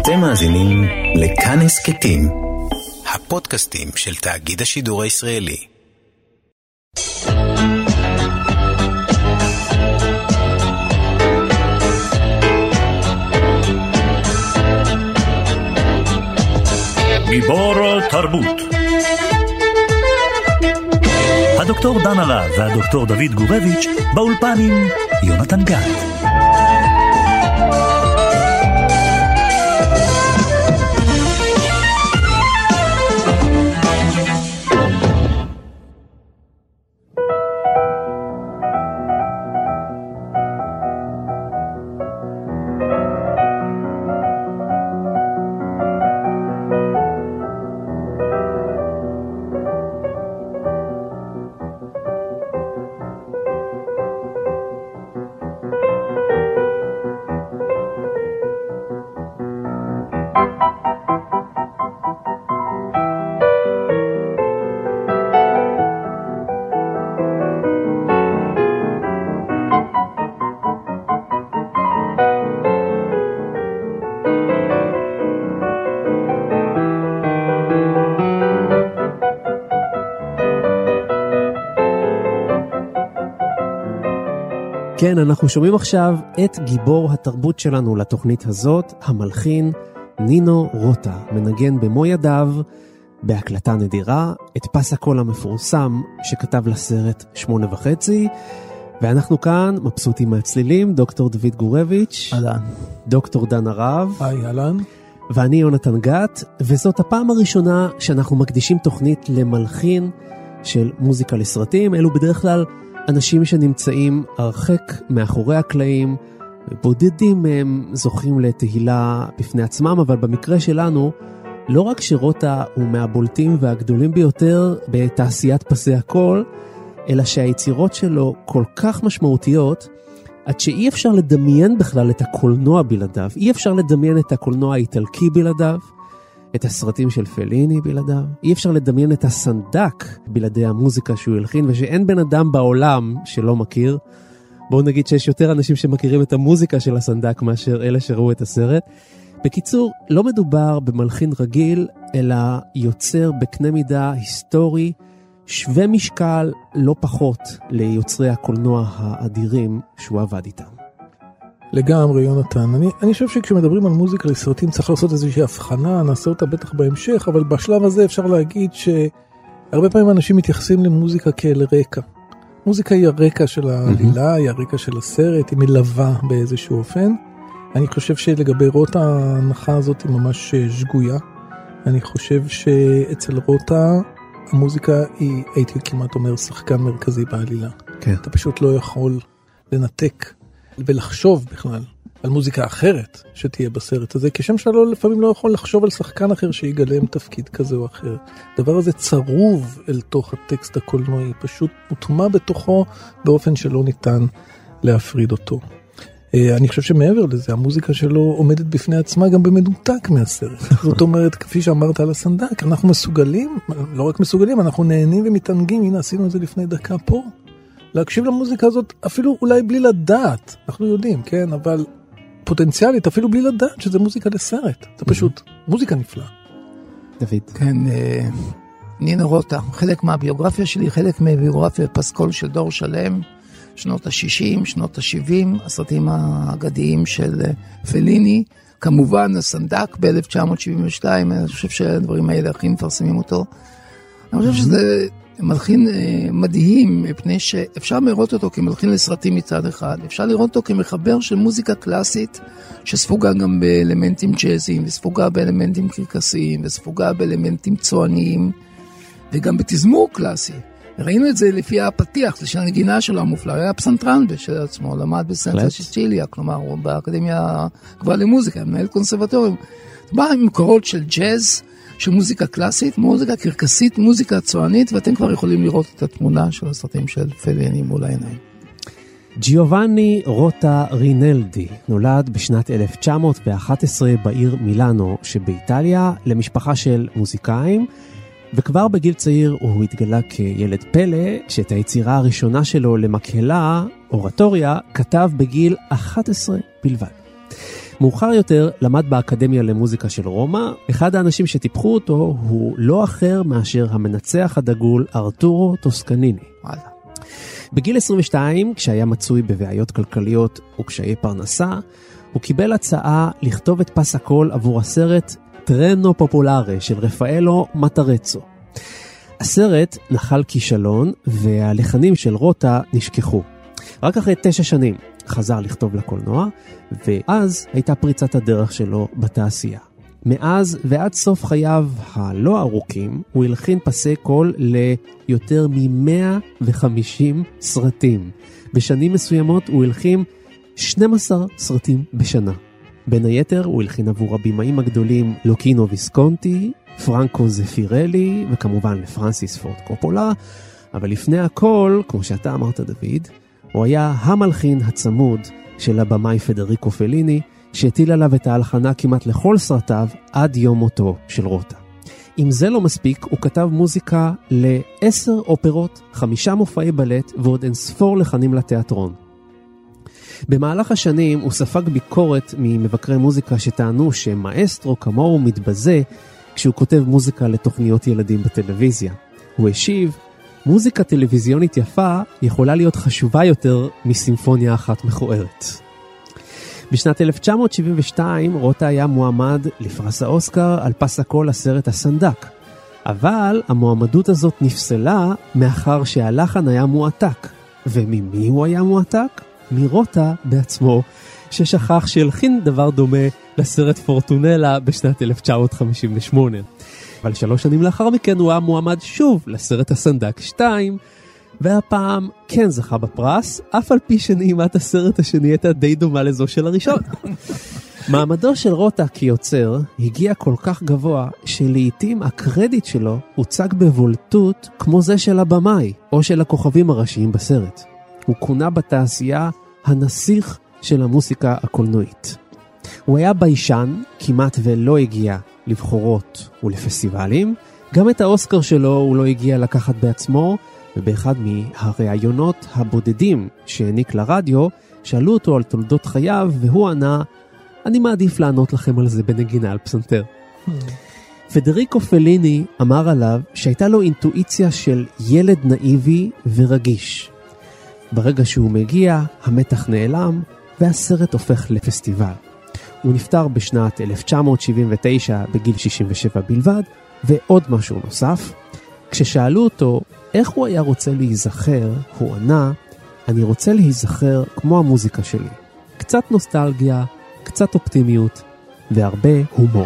אתם מאזינים לכאן הסכתים, הפודקאסטים של תאגיד השידור הישראלי. גיבור תרבות. הדוקטור דן הרב והדוקטור דוד גורביץ' באולפנים יונתן גת. כן, אנחנו שומעים עכשיו את גיבור התרבות שלנו לתוכנית הזאת, המלחין נינו רוטה, מנגן במו ידיו, בהקלטה נדירה, את פס הקול המפורסם שכתב לסרט 8.5, ואנחנו כאן מבסוטים מהצלילים, דוקטור דוד גורביץ', אלן. דוקטור דן הרב, היי, אלן. ואני יונתן גת, וזאת הפעם הראשונה שאנחנו מקדישים תוכנית למלחין של מוזיקה לסרטים. אלו בדרך כלל אנשים שנמצאים הרחק מאחורי הקלעים, בודדים מהם זוכים לתהילה בפני עצמם, אבל במקרה שלנו, לא רק שרוטה הוא מהבולטים והגדולים ביותר בתעשיית פסי הקול, אלא שהיצירות שלו כל כך משמעותיות, עד שאי אפשר לדמיין בכלל את הקולנוע בלעדיו, אי אפשר לדמיין את הקולנוע האיטלקי בלעדיו, את הסרטים של פליני בלעדיו, אי אפשר לדמיין את הסנדק בלעדי המוזיקה שהוא הלחין, ושאין בן אדם בעולם שלא מכיר. בואו נגיד שיש יותר אנשים שמכירים את המוזיקה של הסנדק מאשר אלה שראו את הסרט. בקיצור, לא מדובר במלחין רגיל, אלא יוצר בקנה מידה היסטורי, שווה משקל לא פחות ליוצרי הקולנוע האדירים שהוא עבד איתם. לגמרי, יונתן. אני חושב שכשמדברים על מוזיקה לסרטים צריך לעשות איזושהי הבחנה, נעשה אותה בטח בהמשך, אבל בשלב הזה אפשר להגיד שהרבה פעמים אנשים מתייחסים למוזיקה כאל רקע. מוזיקה היא הרקע של העלילה, היא הרקע של הסרט, היא מלווה באיזשהו אופן. אני חושב שלגבי רוטה ההנחה הזאת היא ממש שגויה. אני חושב שאצל רוטה המוזיקה היא, הייתי כמעט אומר, שחקן מרכזי בעלילה. כן. אתה פשוט לא יכול לנתק ולחשוב בכלל על מוזיקה אחרת שתהיה בסרט הזה, כשם שאתה לפעמים לא יכול לחשוב על שחקן אחר שיגלם תפקיד כזה או אחר. הדבר הזה צרוב אל תוך הטקסט הקולנועי, פשוט מוטמע בתוכו באופן שלא ניתן להפריד אותו. אני חושב שמעבר לזה, המוזיקה שלו עומדת בפני עצמה גם במנותק מהסרט. זאת אומרת, כפי שאמרת על הסנדק, אנחנו מסוגלים, לא רק מסוגלים, אנחנו נהנים ומתענגים, הנה עשינו את זה לפני דקה פה. להקשיב למוזיקה הזאת, אפילו אולי בלי לדעת, אנחנו יודעים, כן, אבל פוטנציאלית, אפילו בלי לדעת שזה מוזיקה לסרט. זה פשוט מוזיקה נפלאה. דוד. כן, נינו רוטה, חלק מהביוגרפיה שלי, חלק מהביוגרפיה פסקול של דור שלם, שנות ה-60, שנות ה-70, הסרטים האגדיים של פליני, כמובן הסנדק ב-1972, אני חושב שהדברים האלה הכי מפרסמים אותו. אני חושב שזה מלחין מדהים, מפני שאפשר לראות אותו כמלחין לסרטים מצד אחד, אפשר לראות אותו כמחבר של מוזיקה קלאסית, שספוגה גם באלמנטים ג'אזיים, וספוגה באלמנטים קרקסיים, וספוגה באלמנטים צועניים, וגם בתזמור קלאסי. ראינו את זה לפי הפתיח, של הנגינה שלו המופלא, היה פסנתרן בשל עצמו, למד בסנטה שיצ'יליה, כלומר, הוא באקדמיה כבר למוזיקה, מנהל קונסרבטוריום. בא עם מקורות של ג'אז, של מוזיקה קלאסית, מוזיקה קרקסית, מוזיקה צוענית, ואתם כבר יכולים לראות את התמונה של הסרטים של פליני מול העיניים. ג'יובאני רוטה רינלדי נולד בשנת 1911 בעיר מילאנו שבאיטליה למשפחה של מוזיקאים, וכבר בגיל צעיר הוא התגלה כילד פלא, שאת היצירה הראשונה שלו למקהלה, אורטוריה, כתב בגיל 11 בלבד. מאוחר יותר למד באקדמיה למוזיקה של רומא. אחד האנשים שטיפחו אותו הוא לא אחר מאשר המנצח הדגול ארתורו טוסקניני. בגיל 22, כשהיה מצוי בבעיות כלכליות וקשיי פרנסה, הוא קיבל הצעה לכתוב את פס הקול עבור הסרט טרנו פופולארה של רפאלו מטרצו. הסרט נחל כישלון והלחנים של רוטה נשכחו. רק אחרי 9 שנים חזר לכתוב לקולנוע, ואז הייתה פריצת הדרך שלו בתעשייה. מאז ועד סוף חייו הלא ארוכים, הוא הלחין פסי קול ליותר מ-150 סרטים. בשנים מסוימות הוא הלחין 12 סרטים בשנה. בין היתר הוא הלחין עבור הבימאים הגדולים לוקינו ויסקונטי, פרנקו זפירלי, וכמובן לפרנסיס פורד קופולה, אבל לפני הכל, כמו שאתה אמרת דוד, הוא היה המלחין הצמוד של הבמאי פדריקו פליני, שהטיל עליו את ההלחנה כמעט לכל סרטיו עד יום מותו של רוטה. אם זה לא מספיק, הוא כתב מוזיקה ל10 אופרות, 5 מופעי בלט ועוד אין ספור לחנים לתיאטרון. במהלך השנים הוא ספג ביקורת ממבקרי מוזיקה שטענו שמאסטרו כמוהו מתבזה כשהוא כותב מוזיקה לתוכניות ילדים בטלוויזיה. הוא השיב, מוזיקה טלוויזיונית יפה יכולה להיות חשובה יותר מסימפוניה אחת מכוערת. בשנת 1972 רוטה היה מועמד לפרס האוסקר על פס הקול הסרט הסנדק. אבל המועמדות הזאת נפסלה מאחר שהלחן היה מועתק. וממי הוא היה מועתק? מרוטה בעצמו, ששכח שהלחין דבר דומה לסרט פורטונלה בשנת 1958. אבל 3 שנים לאחר מכן הוא היה מועמד שוב לסרט הסנדק 2, והפעם כן זכה בפרס, אף על פי שנעימת הסרט השני הייתה די דומה לזו של הראשון. מעמדו של רוטה כיוצר הגיע כל כך גבוה, שלעיתים הקרדיט שלו הוצג בבולטות כמו זה של הבמאי, או של הכוכבים הראשיים בסרט. הוא כונה בתעשייה הנסיך של המוסיקה הקולנועית. הוא היה ביישן, כמעט ולא הגיע לבחורות ולפסטיבלים. גם את האוסקר שלו הוא לא הגיע לקחת בעצמו, ובאחד מהראיונות הבודדים שהעניק לרדיו, שאלו אותו על תולדות חייו, והוא ענה, אני מעדיף לענות לכם על זה בנגינה על פסנתר. פדריקו פליני אמר עליו שהייתה לו אינטואיציה של ילד נאיבי ורגיש. ברגע שהוא מגיע, המתח נעלם, והסרט הופך לפסטיבל. הוא נפטר בשנת 1979 בגיל 67 בלבד, ועוד משהו נוסף. כששאלו אותו איך הוא היה רוצה להיזכר, הוא ענה, אני רוצה להיזכר כמו המוזיקה שלי. קצת נוסטלגיה, קצת אופטימיות, והרבה הומור.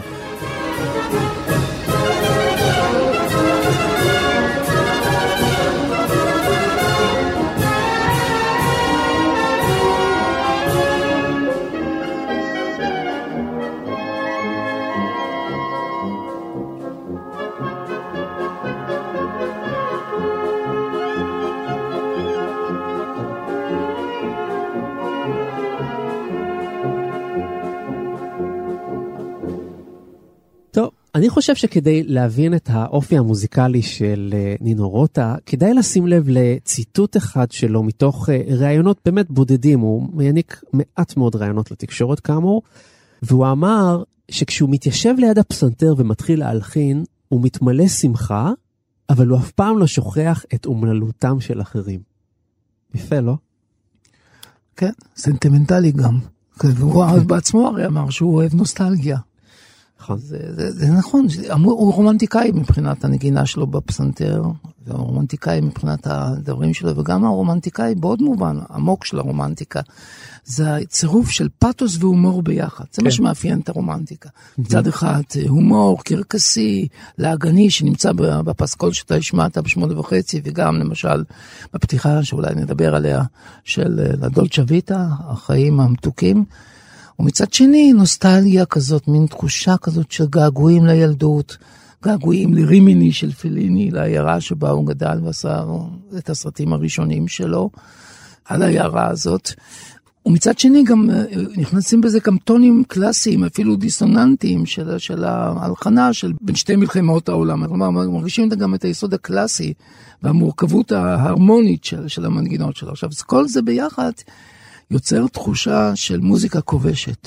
אני חושב שכדי להבין את האופי המוזיקלי של נינו רוטה, כדאי לשים לב לציטוט אחד שלו מתוך ראיונות באמת בודדים. הוא מעניק מעט מאוד ראיונות לתקשורת כאמור, והוא אמר שכשהוא מתיישב ליד הפסנתר ומתחיל להלחין, הוא מתמלא שמחה, אבל הוא אף פעם לא שוכח את אומללותם של אחרים. יפה, לא? כן, סנטימנטלי גם. הוא בעצמו הרי אמר שהוא אוהב נוסטלגיה. זה נכון, הוא רומנטיקאי מבחינת הנגינה שלו בפסנתר, הוא רומנטיקאי מבחינת הדברים שלו, וגם הרומנטיקאי בעוד מובן, עמוק של הרומנטיקה, זה הצירוף של פאטוס והומור ביחד, זה מה שמאפיין את הרומנטיקה. מצד אחד, הומור, קרקסי, להגני, שנמצא בפסקול שאתה השמעת ב8:30, וגם למשל בפתיחה שאולי נדבר עליה, של לדולצ'ה ויטה, החיים המתוקים, ומצד שני, נוסטלגיה כזאת, מין תחושה כזאת של געגועים לילדות, געגועים לרימיני של פליני, לעיירה שבה הוא גדל ועשה את הסרטים הראשונים שלו, על העיירה הזאת. ומצד שני גם נכנסים בזה גם טונים קלאסיים, אפילו דיסוננטיים של ההלחנה של בין שתי מלחמות העולם. כלומר, מרגישים גם את היסוד הקלאסי והמורכבות ההרמונית של המנגינות שלו. עכשיו, כל זה ביחד יוצר תחושה של מוזיקה כובשת.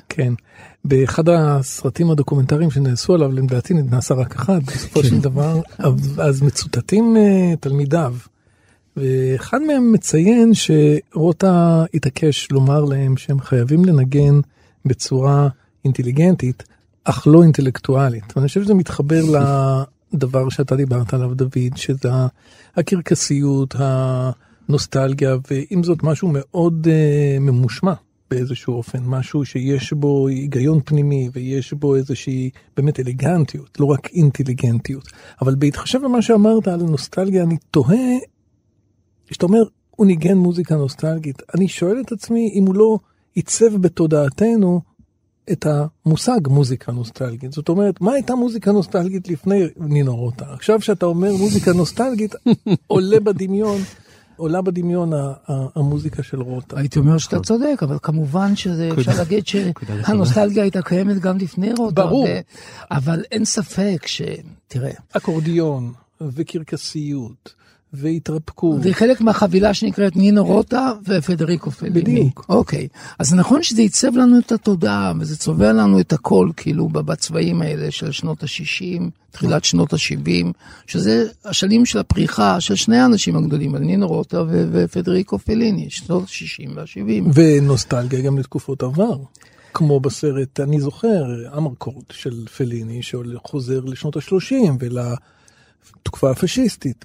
כן. באחד הסרטים הדוקומנטריים שנעשו עליו, לדעתי נעשה רק אחד, בסופו של דבר, אז מצוטטים תלמידיו. ואחד מהם מציין שרוטה התעקש לומר להם שהם חייבים לנגן בצורה אינטליגנטית, אך לא אינטלקטואלית. ואני חושב שזה מתחבר לדבר שאתה דיברת עליו, דוד, שזה הקרקסיות, הנוסטלגיה, ועם זאת משהו מאוד ממושמע באיזשהו אופן, משהו שיש בו היגיון פנימי, ויש בו איזושהי באמת אלגנטיות, לא רק אינטליגנטיות. אבל בהתחשב במה שאמרת על נוסטלגיה, אני תוהה, שאתה אומר, הוא ניגן מוזיקה נוסטלגית. אני שואל את עצמי אם הוא לא עיצב בתודעתנו את המושג מוזיקה נוסטלגית. זאת אומרת, מה הייתה מוזיקה נוסטלגית לפני נינו רוטה? עכשיו שאתה אומר מוזיקה נוסטלגית, עולה בדמיון המוזיקה של רוטה. הייתי אומר שאתה צודק, אבל כמובן שאפשר להגיד שהנוסטלגיה הייתה קיימת גם לפני רוטה. ברור. אבל אין ספק תראה. אקורדיון וקרקסיות. והתרפקו. זה חלק מהחבילה שנקראת נינו רוטה ופדריקו פליני. בדיוק. אוקיי. אז נכון שזה ייצב לנו את התודעה, וזה צובע לנו את הכל, כאילו, בצבעים האלה של שנות ה-60, תחילת שנות ה-70, שזה השנים של הפריחה של שני האנשים הגדולים, נינו רוטה ופדריקו פליני, שנות ה-60 וה-70. ונוסטלגיה גם לתקופות עבר. כמו בסרט, אני זוכר, אמרקורד של פליני, שחוזר לשנות ה-30 ולתקופה הפשיסטית.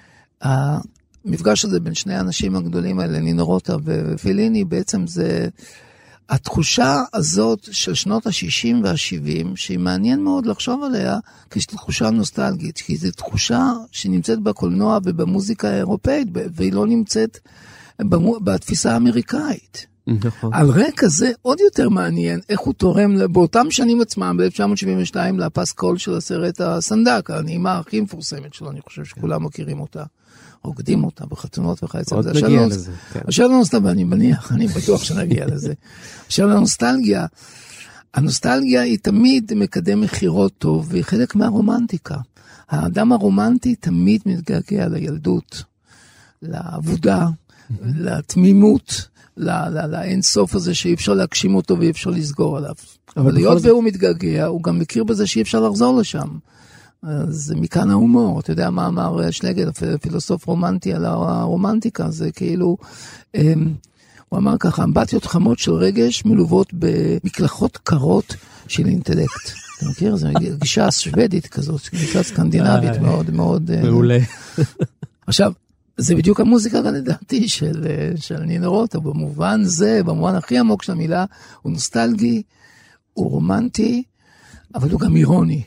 המפגש הזה בין שני האנשים הגדולים האלה, נינו רוטה ופליני, בעצם זה התחושה הזאת של שנות ה-60 וה-70, שהיא מעניין מאוד לחשוב עליה, כשזו תחושה נוסטלגית, כי זו תחושה שנמצאת בקולנוע ובמוזיקה האירופאית, והיא לא נמצאת בתפיסה האמריקאית. נכון. על רקע זה עוד יותר מעניין איך הוא תורם באותם שנים עצמם, ב-1972, לפסקול של הסרט הסנדק, הנעימה הכי מפורסמת שלו, אני חושב שכולם מכירים אותה, רוקדים אותה בחתונות וכיוצא בזה. עוד נגיע לזה. עכשיו לנוסטלגיה, אני מניח, אני בטוח שנגיע לזה. עכשיו לנוסטלגיה, הנוסטלגיה היא תמיד מקדם מחירות טוב, והיא חלק מהרומנטיקה. האדם הרומנטי תמיד מתגעגע לילדות, לעבודה, לתמימות, לאין סוף הזה שאי אפשר להגשים אותו ואי אפשר לסגור עליו. אבל היות והוא מתגעגע, הוא גם מכיר בזה שאי אפשר לחזור לשם. אז מכאן ההומור, אתה יודע מה אמר שלגל, פילוסוף רומנטי על הרומנטיקה, זה כאילו, הוא אמר ככה, אמבטיות חמות של רגש מלוות במקלחות קרות של אינטלקט. אתה מכיר? זו גישה שוודית כזאת, גישה סקנדינבית מאוד מאוד... מעולה. עכשיו, זה בדיוק המוזיקה לדעתי של נינו רוטה, במובן זה, במובן הכי עמוק של המילה, הוא נוסטלגי, הוא רומנטי, אבל הוא גם אירוני.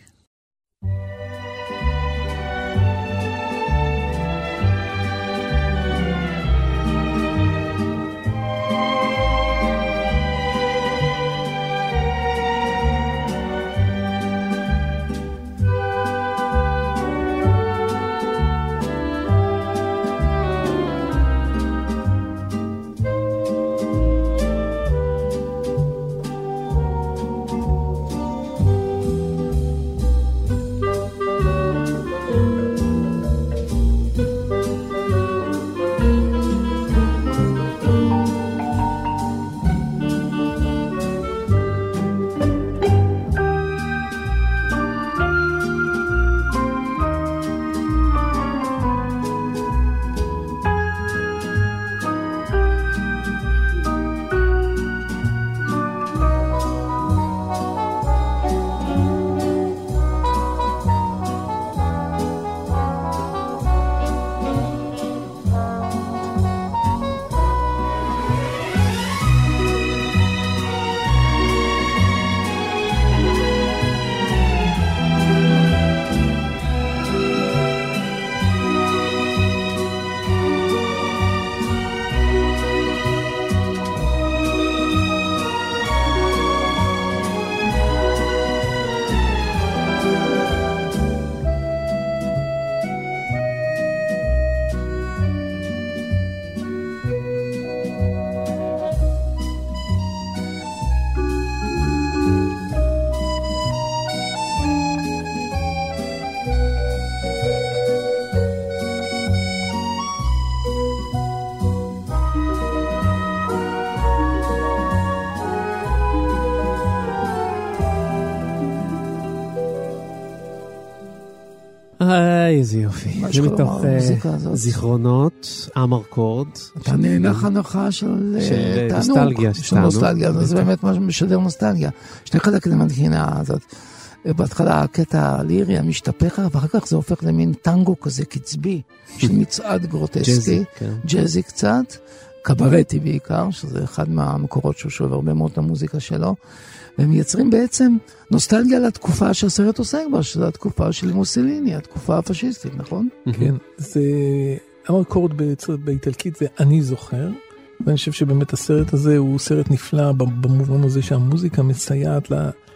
איזה יופי. זה מתוך זיכרונות, אמרקורד. אתה נהנך הנחה של נוסטלגיה. של נוסטלגיה, זה באמת מה שמשדר נוסטלגיה. שני חלקים למנגינה הזאת. בהתחלה הקטע לירי המשתפך, ואחר כך זה הופך למין טנגו כזה קצבי, של מצעד גרוטסקי, ג'זי קצת, קברטי בעיקר, שזה אחד מהמקורות שהוא שואב הרבה מאוד את המוזיקה שלו, והם מייצרים בעצם נוסטלגיה לתקופה שהסרט עוסק בה, שזו התקופה של מוסליני, התקופה הפשיסטית, נכון? כן, זה אמרקורד באיטלקית זה אני זוכר, ואני חושב שבאמת הסרט הזה הוא סרט נפלא במובן הזה שהמוזיקה מסייעת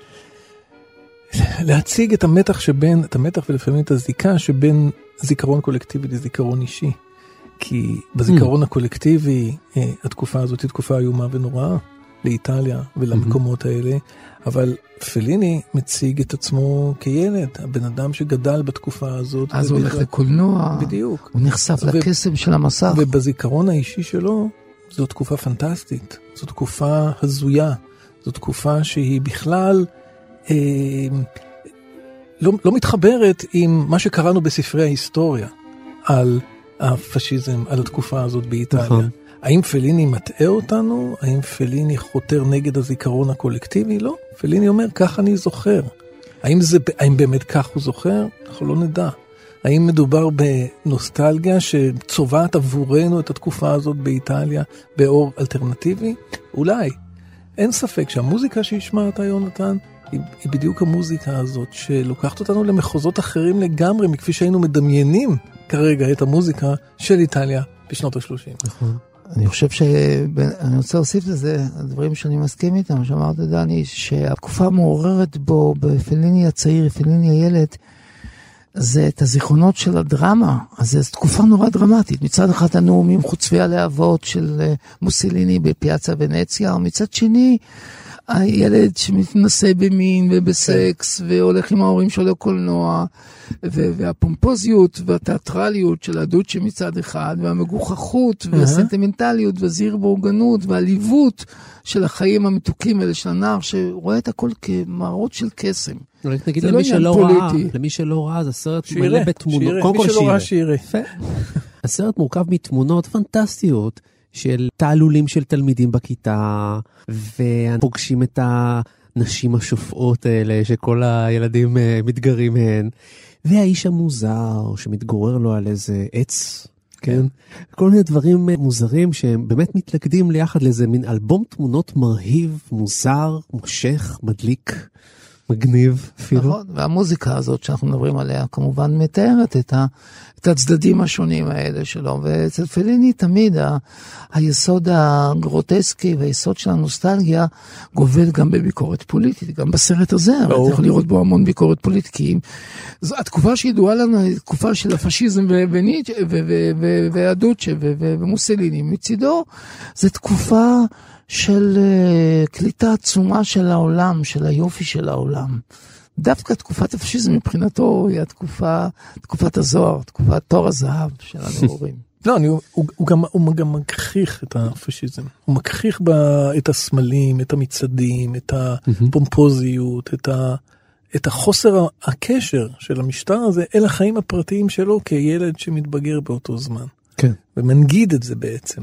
להציג את המתח ולפעמים את הזיקה שבין זיכרון קולקטיבי לזיכרון אישי. כי בזיכרון הקולקטיבי התקופה הזאת היא תקופה איומה ונוראה לאיטליה ולמקומות האלה, אבל פליני מציג את עצמו כילד, הבן אדם שגדל בתקופה הזאת. אז הוא הולך לקולנוע, בדיוק. הוא נחשף לקסם של המסך. ובזיכרון האישי שלו זו תקופה פנטסטית, זו תקופה הזויה, זו תקופה שהיא בכלל לא מתחברת עם מה שקראנו בספרי ההיסטוריה על הפשיזם, על התקופה הזאת באיטליה. נכון. האם פליני מטעה אותנו? האם פליני חותר נגד הזיכרון הקולקטיבי? לא. פליני אומר, כך אני זוכר. האם באמת כך הוא זוכר? אנחנו לא נדע. האם מדובר בנוסטלגיה שצובעת עבורנו את התקופה הזאת באיטליה באור אלטרנטיבי? אולי. אין ספק שהמוזיקה שהשמעת יונתן היא בדיוק המוזיקה הזאת שלוקחת אותנו למחוזות אחרים לגמרי מכפי שהיינו מדמיינים כרגע את המוזיקה של איטליה בשנות ה-30. נכון. אני חושב שאני רוצה להוסיף לזה, הדברים שאני מסכים איתם, שאמרת דני, שהתקופה מעוררת בו בפליני הצעיר, פליני הילד, זה את הזיכרונות של הדרמה, אז זו תקופה נורא דרמטית. מצד אחד הנאומים חוצבי הלהבות של מוסליני בפיאצה ונציה, ומצד שני, הילד שמתנסה במין ובסקס, והולך עם ההורים שלו לקולנוע, והפומפוזיות והתיאטרליות של הדוצ'ה מצד אחד, והמגוחכות והסנטימנטליות והזהיר בורגנות והליבות של החיים המתוקים האלה של הנער, שרואה את הכל כמראות של קסם. נגיד למי שלא ראה, זה סרט מלא בתמונות. מי שלא ראה שירה. הסרט מורכב מתמונות פנטסטיות, של תעלולים של תלמידים בכיתה, ופוגשים את הנשים השופעות האלה, שכל הילדים מתגרים מהן, והאיש המוזר שמתגורר לו על איזה עץ, כן? כל מיני דברים מוזרים שהם באמת מתלכדים ליחד לאיזה מין אלבום תמונות מרהיב, מוזר, מושך, מדליק, מגניב אפילו. נכון, והמוזיקה הזאת שאנחנו מדברים עליה כמובן מתארת את הצדדים השונים האלה שלו, ואצל פליני תמיד היסוד הגרוטסקי והיסוד של הנוסטלגיה גובל גם בביקורת פוליטית, גם בסרט הזה, אתה יכול לראות בו המון ביקורת פוליטית, כי התקופה שידועה לנו היא תקופה של הפשיזם והדוצ'ה ומוסליני, מצידו זו תקופה של קליטה עצומה של העולם, של היופי של העולם. דווקא תקופת הפשיזם מבחינתו היא תקופת הזוהר, תקופת תור הזהב של הנאורים. לא, הוא גם מכחיך את הפשיזם. הוא מכחיך את הסמלים, את המצעדים, את הפומפוזיות, את החוסר הקשר של המשטר הזה אל החיים הפרטיים שלו כילד שמתבגר באותו זמן. כן. ומנגיד את זה בעצם.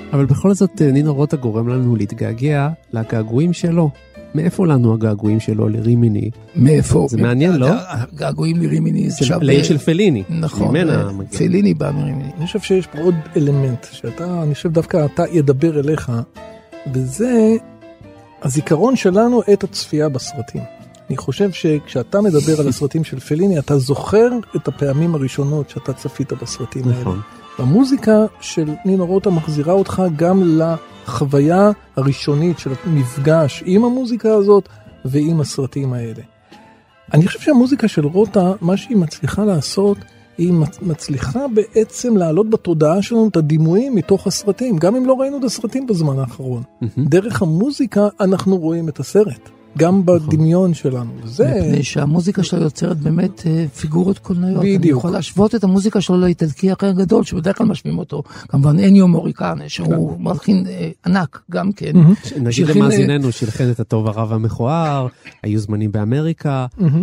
אבל בכל זאת נינו רוטה גורם לנו להתגעגע לגעגועים שלו. מאיפה לנו הגעגועים שלו לרימיני? מאיפה? זה מעניין, לא? הגעגועים לרימיני. לעיר של פליני. נכון, פליני בא מרימיני. אני חושב שיש פה עוד אלמנט, אני חושב דווקא אתה ידבר אליך, וזה הזיכרון שלנו את הצפייה בסרטים. אני חושב שכשאתה מדבר על הסרטים של פליני, אתה זוכר את הפעמים הראשונות שאתה צפית בסרטים האלה. המוזיקה של נינו רוטה מחזירה אותך גם לחוויה הראשונית של המפגש עם המוזיקה הזאת ועם הסרטים האלה. אני חושב שהמוזיקה של רוטה, מה שהיא מצליחה לעשות, היא מצליחה בעצם להעלות בתודעה שלנו את הדימויים מתוך הסרטים, גם אם לא ראינו את הסרטים בזמן האחרון. דרך המוזיקה אנחנו רואים את הסרט. גם בדמיון שלנו. מפני שהמוזיקה שלו יוצרת באמת פיגורות קולנועיות. בדיוק. אני יכול להשוות את המוזיקה שלו לאיטלקי אחר גדול, שבדרך כלל משמיעים אותו. כמובן אניו מוריקנה, שהוא מלחין ענק גם כן. נגיד למאזיננו, שלחן את הטוב הרע והמכוער, היו זמנים באמריקה,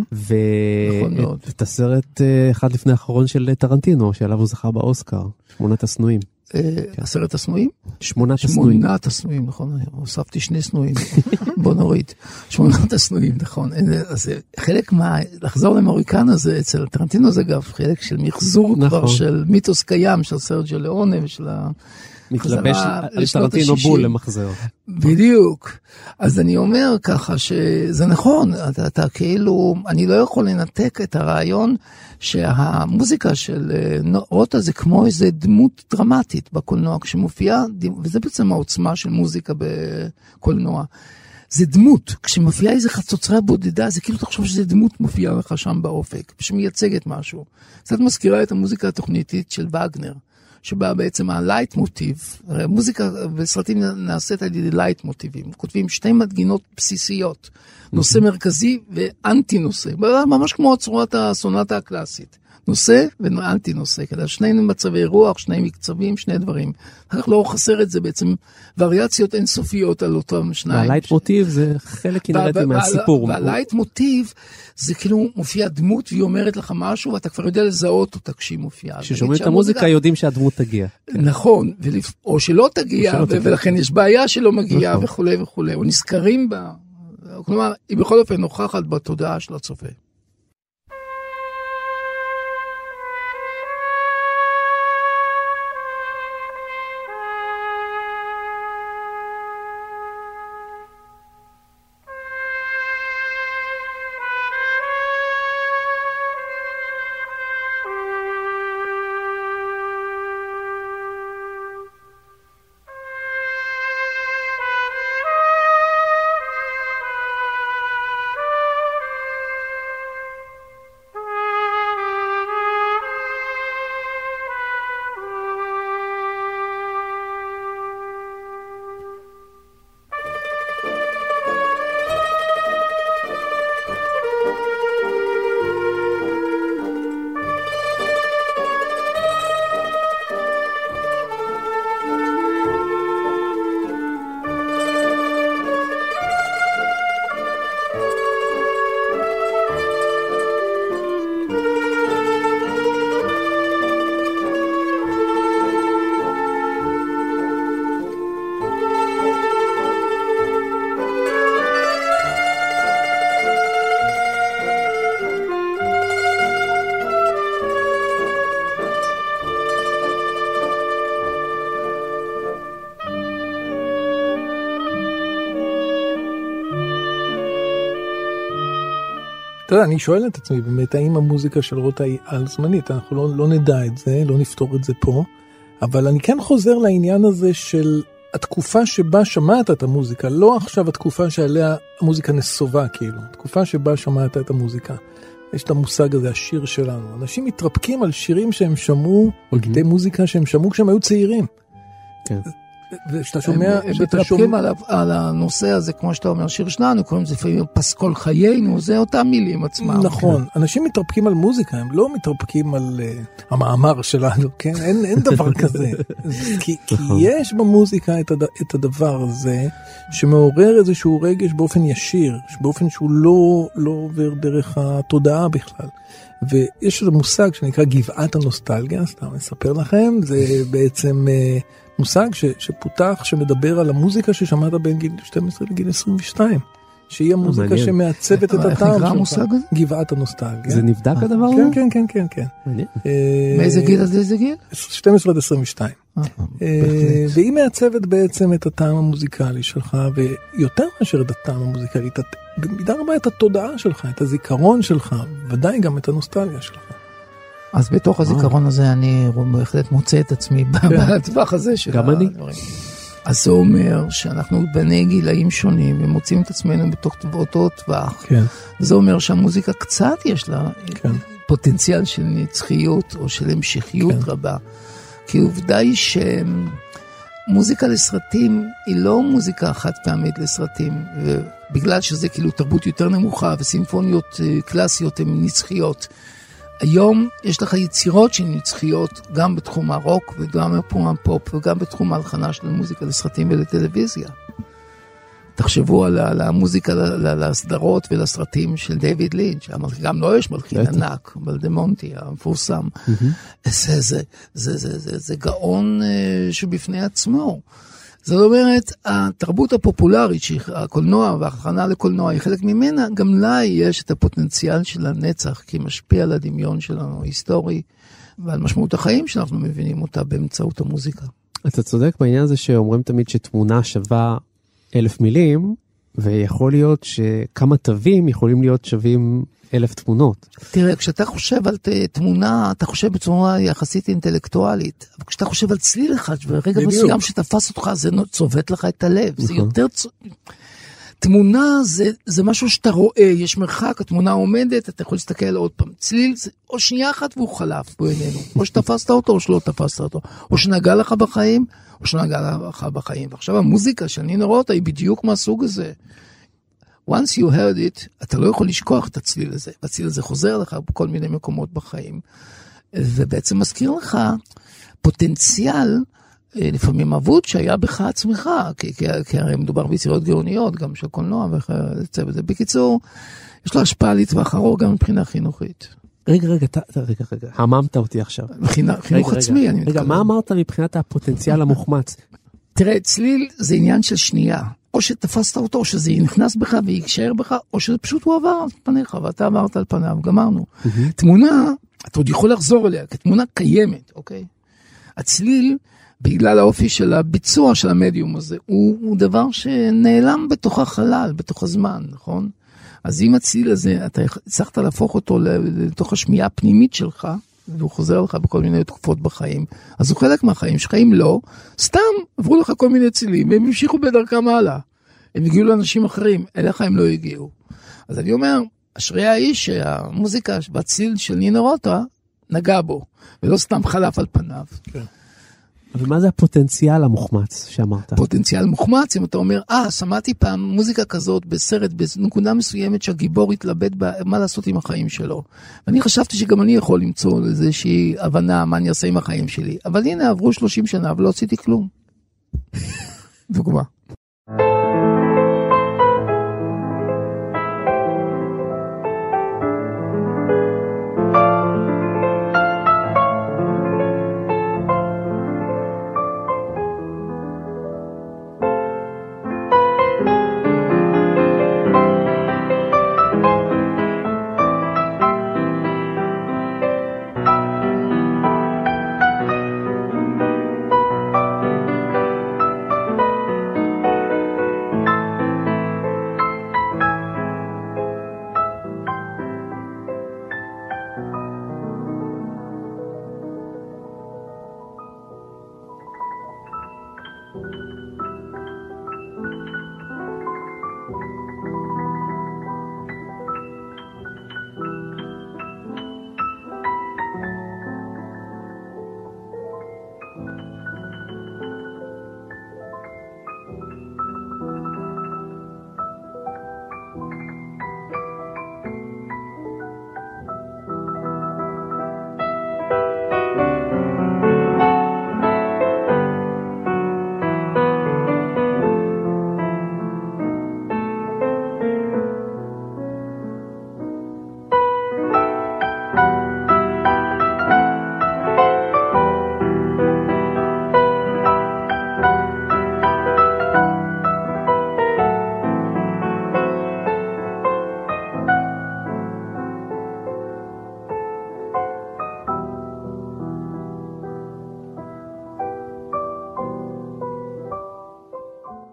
ואת הסרט אחד לפני האחרון של טרנטינו, שעליו הוא זכה באוסקר, 8 השנואים. 10 השנואים? 8 השנואים. 8 השנואים, נכון. הוספתי 2 שנואים. בוא נוריד. 8 השנואים, נכון. אז חלק לחזור למוריקנה זה, אצל טרנטינו זה גם חלק של מחזור כבר של מיתוס קיים, של סרג'יו ליאונה ושל מתלבש על טרנטינו בול למחזר. בדיוק. אז אני אומר ככה שזה נכון, אתה כאילו, אני לא יכול לנתק את הרעיון שהמוזיקה של רוטה זה כמו איזה דמות דרמטית בקולנוע כשמופיעה, וזה בעצם העוצמה של מוזיקה בקולנוע. זה דמות, כשמופיעה איזה חצוצרה בודדה, זה כאילו תחשוב שזה דמות מופיעה לך שם באופק, שמייצגת משהו. קצת מזכירה את המוזיקה התוכניתית של וגנר. שבה בעצם הלייט מוטיב, מוזיקה בסרטים נעשית על ידי לייט מוטיבים, כותבים 2 מדגינות בסיסיות, נושא מרכזי ואנטי נושא, ממש כמו צורת הסונטה הקלאסית, נושא ואנטי נושא, כדי 2 מצבי רוח, 2 מקצבים, 2 דברים, כך לא חסר את זה בעצם וריאציות אינסופיות על אותם 2. והלייט מוטיב זה חלק אינרטי מהסיפור. והלייט מוטיב זה כאילו מופיע דמות והיא אומרת לך משהו ואתה כבר יודע לזהות אותה כשהיא מופיעה. כששומעים את המוזיקה יודעים שהדמות תגיע. נכון, או שלא תגיע ולכן יש בעיה שלא מגיעה וכו' וכו', או נזכרים בה, כלומר היא בכל אופן נוכחת בתודעה של הצופה. אתה יודע, אני שואל את עצמי באמת, האם המוזיקה של רוטה היא על זמנית? אנחנו לא נדע את זה, לא נפתור את זה פה, אבל אני כן חוזר לעניין הזה של התקופה שבה שמעת את המוזיקה, לא עכשיו התקופה שעליה המוזיקה נסובה כאילו, התקופה שבה שמעת את המוזיקה. יש את המושג הזה, השיר שלנו. אנשים מתרפקים על שירים שהם שמעו, או קטעי מוזיקה שהם שמעו כשהם היו צעירים. כן. ושאתה שומע... הם מתרפקים על הנושא הזה, כמו שאתה אומר, שיר שלנו, קוראים לזה לפעמים פסקול חיינו, זה אותם מילים עצמם. נכון, אנשים מתרפקים על מוזיקה, הם לא מתרפקים על המאמר שלנו, כן? אין דבר כזה. כי יש במוזיקה את הדבר הזה, שמעורר איזשהו רגש באופן ישיר, באופן שהוא לא עובר דרך התודעה בכלל. ויש איזה מושג שנקרא גבעת הנוסטלגיה, סתם אספר לכם, זה בעצם מושג שפותח, שמדבר על המוזיקה ששמעת בין גיל 12 לגיל 22. שהיא המוזיקה שמעצבת את הטעם שלך. איך נקרא המושג הזה? גבעת הנוסטלגיה. זה נבדק הדבר הזה? כן, כן, כן, כן. מעניין. מאיזה גיל עד איזה גיל? 12 עד 22. והיא מעצבת בעצם את הטעם המוזיקלי שלך, ויותר מאשר את הטעם המוזיקלי, במידה רבה את התודעה שלך, את הזיכרון שלך, ודאי גם את הנוסטלגיה שלך. אז בתוך הזיכרון הזה אני בהחלט מוצא את עצמי בטווח הזה. גם אני. אז זה אומר שאנחנו בני גילאים שונים ומוצאים את עצמנו בתוך אותו טווח. כן. זה אומר שהמוזיקה קצת יש לה פוטנציאל של נצחיות או של המשכיות רבה. כי עובדה היא שמוזיקה לסרטים היא לא מוזיקה חד פעמית לסרטים, ובגלל שזה כאילו תרבות יותר נמוכה וסימפוניות קלאסיות הן נצחיות. היום יש לך יצירות שהן נצחיות גם בתחום הרוק וגם בתחום הפופ וגם בתחום ההלחנה של מוזיקה לסרטים ולטלוויזיה. תחשבו על המוזיקה לסדרות ולסרטים של דיוויד לינץ', גם לא יש מלחין ענק, בלדמונטי המפורסם. זה גאון שבפני עצמו. זאת אומרת, התרבות הפופולרית, הקולנוע וההכנה לקולנוע היא חלק ממנה, גם לה יש את הפוטנציאל של הנצח, כי משפיע על הדמיון שלנו ההיסטורי, ועל משמעות החיים שאנחנו מבינים אותה באמצעות המוזיקה. אתה צודק בעניין הזה שאומרים תמיד שתמונה שווה 1,000 מילים, ויכול להיות שכמה תווים יכולים להיות שווים 1,000 תמונות. תראה, כשאתה חושב על תמונה, אתה חושב בצורה יחסית אינטלקטואלית, אבל כשאתה חושב על צליל אחד, ורגע מסוים שתפס אותך, זה צובט לך את הלב, זה יותר תמונה זה משהו שאתה רואה, יש מרחק, התמונה עומדת, אתה יכול להסתכל עוד פעם, צליל, או שנייה אחת והוא חלף בעינינו, או שתפסת אותו או שלא תפסת אותו, או שנגע לך בחיים, או שנגע לך בחיים. ועכשיו המוזיקה שאני נראה אותה היא בדיוק מהסוג הזה. once you heard it, אתה לא יכול לשכוח את הצליל הזה, והצליל הזה חוזר לך בכל מיני מקומות בחיים, ובעצם מזכיר לך פוטנציאל, לפעמים אבוד שהיה בך עצמך, כי הרי מדובר ביצירות גאוניות, גם של קולנוע וצוות. בקיצור, יש לו השפעה לטווח ארוך גם מבחינה חינוכית. רגע, הממת אותי עכשיו. חינוך עצמי, אני מתכוון. רגע, מה אמרת מבחינת הפוטנציאל המוחמץ? תראה, צליל זה עניין של שנייה. או שתפסת אותו, או שזה נכנס בך ויישאר בך, או שזה פשוט הוא עבר על פניך, ואתה עברת על פניו, גמרנו. תמונה, אתה עוד יכול לחזור אליה, כי תמונה קיימת, אוקיי? הצליל, בגלל האופי של הביצוע של המדיום הזה, הוא דבר שנעלם בתוך החלל, בתוך הזמן, נכון? אז אם הצליל הזה, אתה הצלחת להפוך אותו לתוך השמיעה הפנימית שלך, והוא חוזר לך בכל מיני תקופות בחיים, אז הוא חלק מהחיים שלך, אם לא, סתם עברו לך כל מיני צילים, והם המשיכו בדרכם הלאה. הם הגיעו לאנשים אחרים, אליך הם לא הגיעו. אז אני אומר, אשרי האיש שהמוזיקה בציל של נינו רוטה נגע בו, ולא סתם חלף על פניו. כן. אבל מה זה הפוטנציאל המוחמץ שאמרת? פוטנציאל מוחמץ, אם אתה אומר, שמעתי פעם מוזיקה כזאת בסרט, בנקודה מסוימת שהגיבור התלבט מה לעשות עם החיים שלו. ואני חשבתי שגם אני יכול למצוא איזושהי הבנה מה אני אעשה עם החיים שלי. אבל הנה, עברו 30 שנה ולא עשיתי כלום. דוגמה.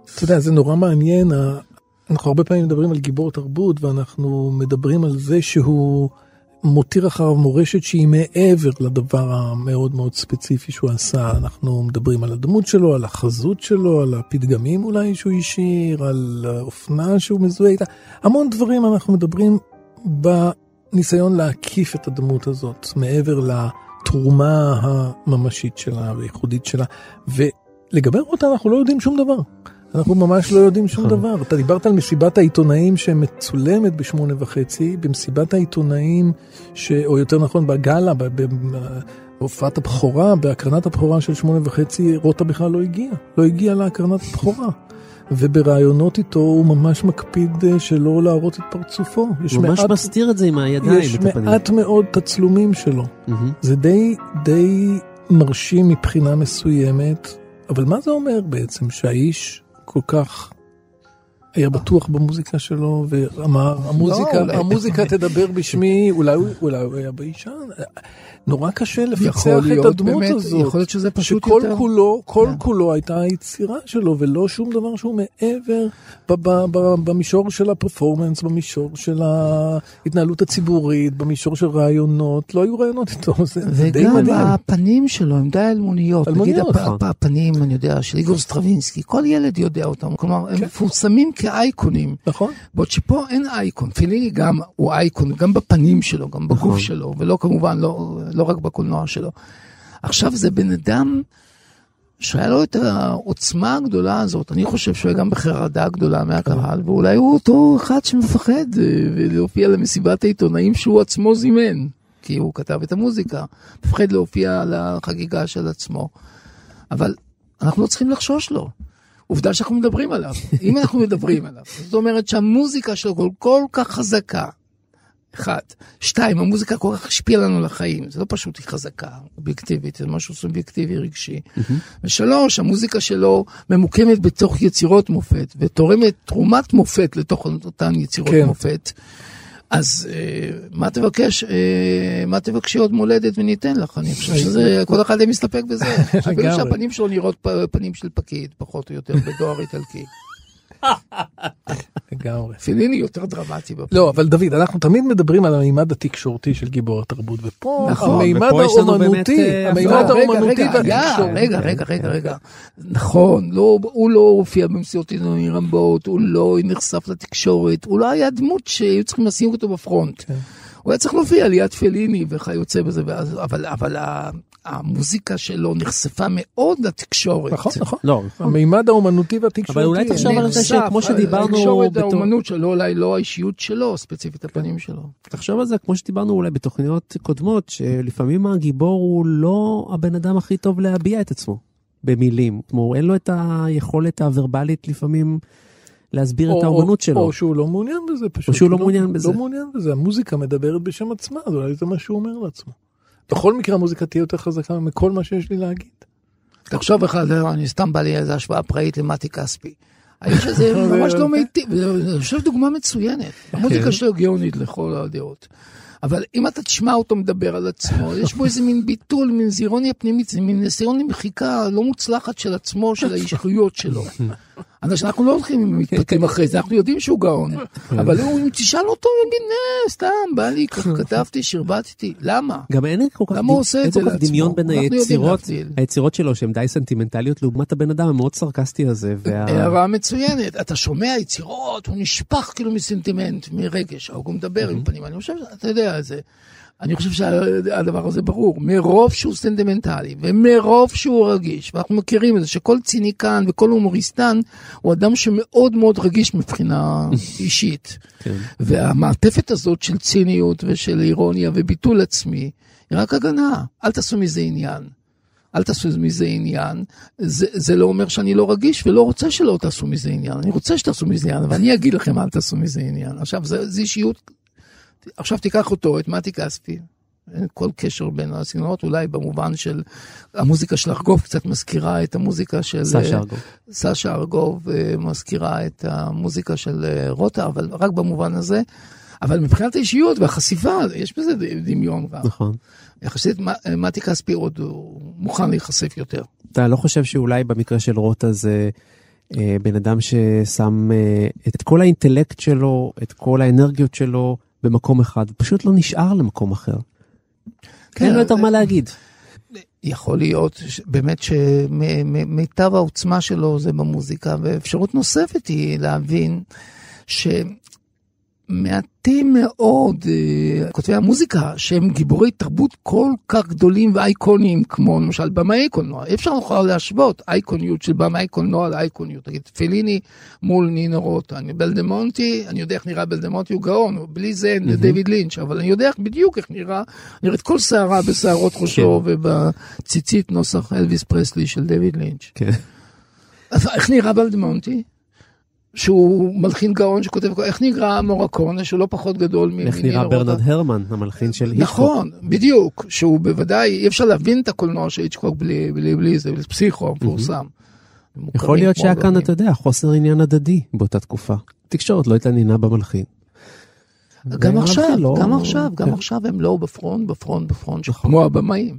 אתה יודע, זה נורא מעניין, אנחנו הרבה פעמים מדברים על גיבור תרבות, ואנחנו מדברים על זה שהוא מותיר אחריו מורשת שהיא מעבר לדבר המאוד מאוד ספציפי שהוא עשה. אנחנו מדברים על הדמות שלו, על החזות שלו, על הפתגמים אולי שהוא השאיר, על האופנה שהוא מזוהה איתה. המון דברים אנחנו מדברים בניסיון להקיף את הדמות הזאת, מעבר לתרומה הממשית שלה והייחודית שלה. ולגבי רוטה אנחנו לא יודעים שום דבר. אנחנו ממש לא יודעים שום דבר. אתה דיברת על מסיבת העיתונאים שמצולמת ב8:30, במסיבת העיתונאים, או יותר נכון בגלה, בהופעת הבכורה, בהקרנת הבכורה של 8:30, רוטה בכלל לא הגיע להקרנת הבכורה. וברעיונות איתו הוא ממש מקפיד שלא להראות את פרצופו. הוא ממש מסתיר את זה עם הידיים. יש מעט מאוד תצלומים שלו. זה די מרשים מבחינה מסוימת, אבל מה זה אומר בעצם? שהאיש כל כך היה בטוח במוזיקה שלו, ואמר, המוזיקה תדבר בשמי, אולי הוא היה באישה. נורא קשה לפצח את הדמות הזאת. יכול להיות שזה פשוט יותר. שכל כולו הייתה היצירה שלו, ולא שום דבר שהוא מעבר במישור של הפרפורמנס, במישור של ההתנהלות הציבורית, במישור של רעיונות. לא היו רעיונות איתו, זה די מדהים. וגם הפנים שלו הם די אלמוניות. נגיד הפנים, אני יודע, של איגור סטרווינסקי, כל ילד יודע אותם. כלומר, הם מפורסמים כאייקונים. נכון. בעוד שפה אין אייקון. פיליני גם הוא אייקון, גם בפנים שלו, גם בגוף שלו, ולא כמובן, לא רק בקולנוע שלו. עכשיו זה בן אדם שהיה לו את העוצמה הגדולה הזאת. אני חושב שהוא היה גם בחרדה גדולה מהקהל, ואולי הוא אותו אחד שמפחד להופיע למסיבת העיתונאים שהוא עצמו זימן, כי הוא כתב את המוזיקה. מפחד להופיע לחגיגה של עצמו. אבל אנחנו לא צריכים לחשוש לו. עובדה שאנחנו מדברים עליו. אם אנחנו מדברים עליו, זאת אומרת שהמוזיקה שלו כל כך חזקה. 1. 2. המוזיקה כל כך השפיעה לנו לחיים. זה לא פשוט היא חזקה, אובייקטיבית, זה משהו סובייקטיבי רגשי. 3. המוזיקה שלו ממוקמת בתוך יצירות מופת, ותורמת תרומת מופת לתוך אותן יצירות מופת. אז מה תבקשי עוד מולדת וניתן לך? אני חושב שזה, כל אחד מסתפק בזה. אפילו שהפנים שלו נראות פנים של פקיד, פחות או יותר, בדואר איטלקי. לגמרי. פיליני יותר דרמטי בפנים. לא, אבל דוד, אנחנו תמיד מדברים על המימד התקשורתי של גיבור התרבות, ופה המימד האומנותי, רגע. נכון, הוא לא הופיע במסיבות עיתונאים רבות, הוא לא נחשף לתקשורת, הוא לא היה דמות שהיו צריכים לשים אותו בפרונט. הוא היה צריך להופיע ליד פיליני וכיוצא בזה, אבל המוזיקה שלו נחשפה מאוד לתקשורת. נכון. לא, המימד האומנותי והתקשורתי. אבל אולי תחשוב על זה שכמו שדיברנו... התקשורת האומנות שלו, אולי לא האישיות שלו, ספציפית הפנים שלו. תחשוב על זה כמו שדיברנו אולי בתוכניות קודמות, שלפעמים הגיבור הוא לא הבן אדם הכי טוב להביע את עצמו במילים. כמו אין לו את היכולת הוורבלית לפעמים... להסביר את האומנות שלו. או שהוא לא מעוניין בזה פשוט. או שהוא לא מעוניין בזה. לא מעוניין בזה. המוזיקה מדברת בשם עצמה, אז אולי זה מה שהוא אומר לעצמו. בכל מקרה המוזיקה תהיה יותר חזקה מכל מה שיש לי להגיד. תחשוב אחד, אני סתם בא לי איזו השוואה פראית למתי כספי. האיש הזה ממש לא מיטיב. אני חושב דוגמה מצוינת. המוזיקה שלו גאונית לכל הדעות. אבל אם אתה תשמע אותו מדבר על עצמו, יש בו איזה מין ביטול, מין זירוניה פנימית, מין ניסיון למחיקה לא מוצלחת של עצמו, של האישיות שלו. אנחנו לא הולכים מתפתים אחרי זה, אנחנו יודעים שהוא גאון. אבל אם תשאל אותו, סתם, בא לי, כתבתי, שרבטתי. למה? גם אין כל כך דמיון בין היצירות שלו, שהן די סנטימנטליות, לעומת הבן אדם המאוד סרקסטי הזה. הערה מצוינת. אתה שומע יצירות, הוא נשפך כאילו מסנטימנט, מרגש, הוא מדבר עם פנים. אני חושב, אתה יודע את זה. אני חושב שהדבר הזה ברור, מרוב שהוא סנטימנטלי, ומרוב שהוא רגיש, ואנחנו מכירים את זה, שכל ציניקן וכל הומוריסטן, הוא אדם שמאוד מאוד רגיש מבחינה אישית. והמעטפת הזאת של ציניות ושל אירוניה וביטול עצמי, היא רק הגנה. אל תעשו מזה עניין. אל תעשו מזה עניין. זה לא אומר שאני לא רגיש, ולא רוצה שלא תעשו מזה עניין. אני רוצה שתעשו מזה עניין, אבל אני אגיד לכם, אל תעשו מזה עניין. עכשיו, זה אישיות... עכשיו תיקח אותו, את מתי כספי, אין כל קשר בין הסגנונות, אולי במובן של המוזיקה של ארגוב קצת מזכירה את המוזיקה של סשה ארגוב, מזכירה את המוזיקה של רוטה, אבל רק במובן הזה, אבל מבחינת האישיות והחשיפה, יש בזה דמיון רב. נכון. יחסית מתי כספי עוד מוכן להיחשף יותר. אתה לא חושב שאולי במקרה של רוטה זה... בן אדם ששם את כל האינטלקט שלו, את כל האנרגיות שלו במקום אחד, פשוט לא נשאר למקום אחר. אין לו יותר מה להגיד. יכול להיות באמת שמיטב העוצמה שלו זה במוזיקה, ואפשרות נוספת היא להבין שמעטים מאוד כותבי המוזיקה שהם גיבורי תרבות כל כך גדולים ואייקוניים, כמו למשל במאי קולנוע. אי אפשר בכלל להשוות אייקוניות של במאי קולנוע לאייקוניות. תגיד, פליני מול נינו רוטה, בלדמונטי, אני יודע איך נראה בלדמונטי, הוא גאון, בלי זה דויד לינץ', אבל אני יודע בדיוק איך נראית כל שערה בשערות ראשו ובציצית נוסח אלוויס פרסלי של דויד לינץ'. אז איך נראה בלדמונטי? שהוא מלחין גאון שכותב, איך נראה מורקונה, שהוא לא פחות גדול איך נראה ברנרד הרמן, המלחין של היצ'קוק. נכון, בדיוק, שהוא בוודאי, אי אפשר להבין את הקולנוע של היצ'קוק בלי זה, פסיכו, מפורסם. יכול להיות שהיה כאן, אתה יודע, חוסר עניין הדדי באותה תקופה. תקשורת לא התעניינה במלחין. גם עכשיו הם לא בפרונט, כמו הבמאים.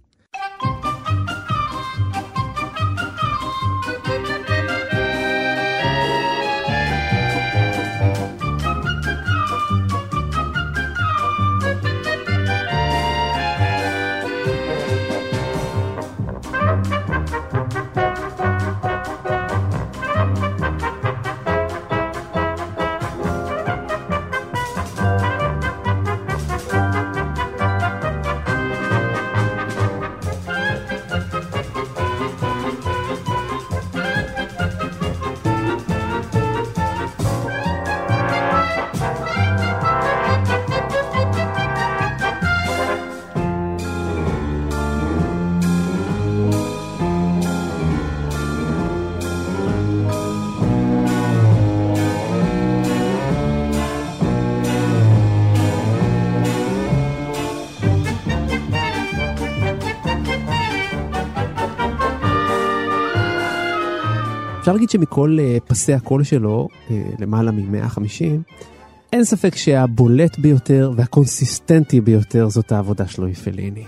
אפשר להגיד שמכל פסי הקול שלו, למעלה מ-150, אין ספק שהבולט ביותר והקונסיסטנטי ביותר זאת העבודה שלו עם פליני.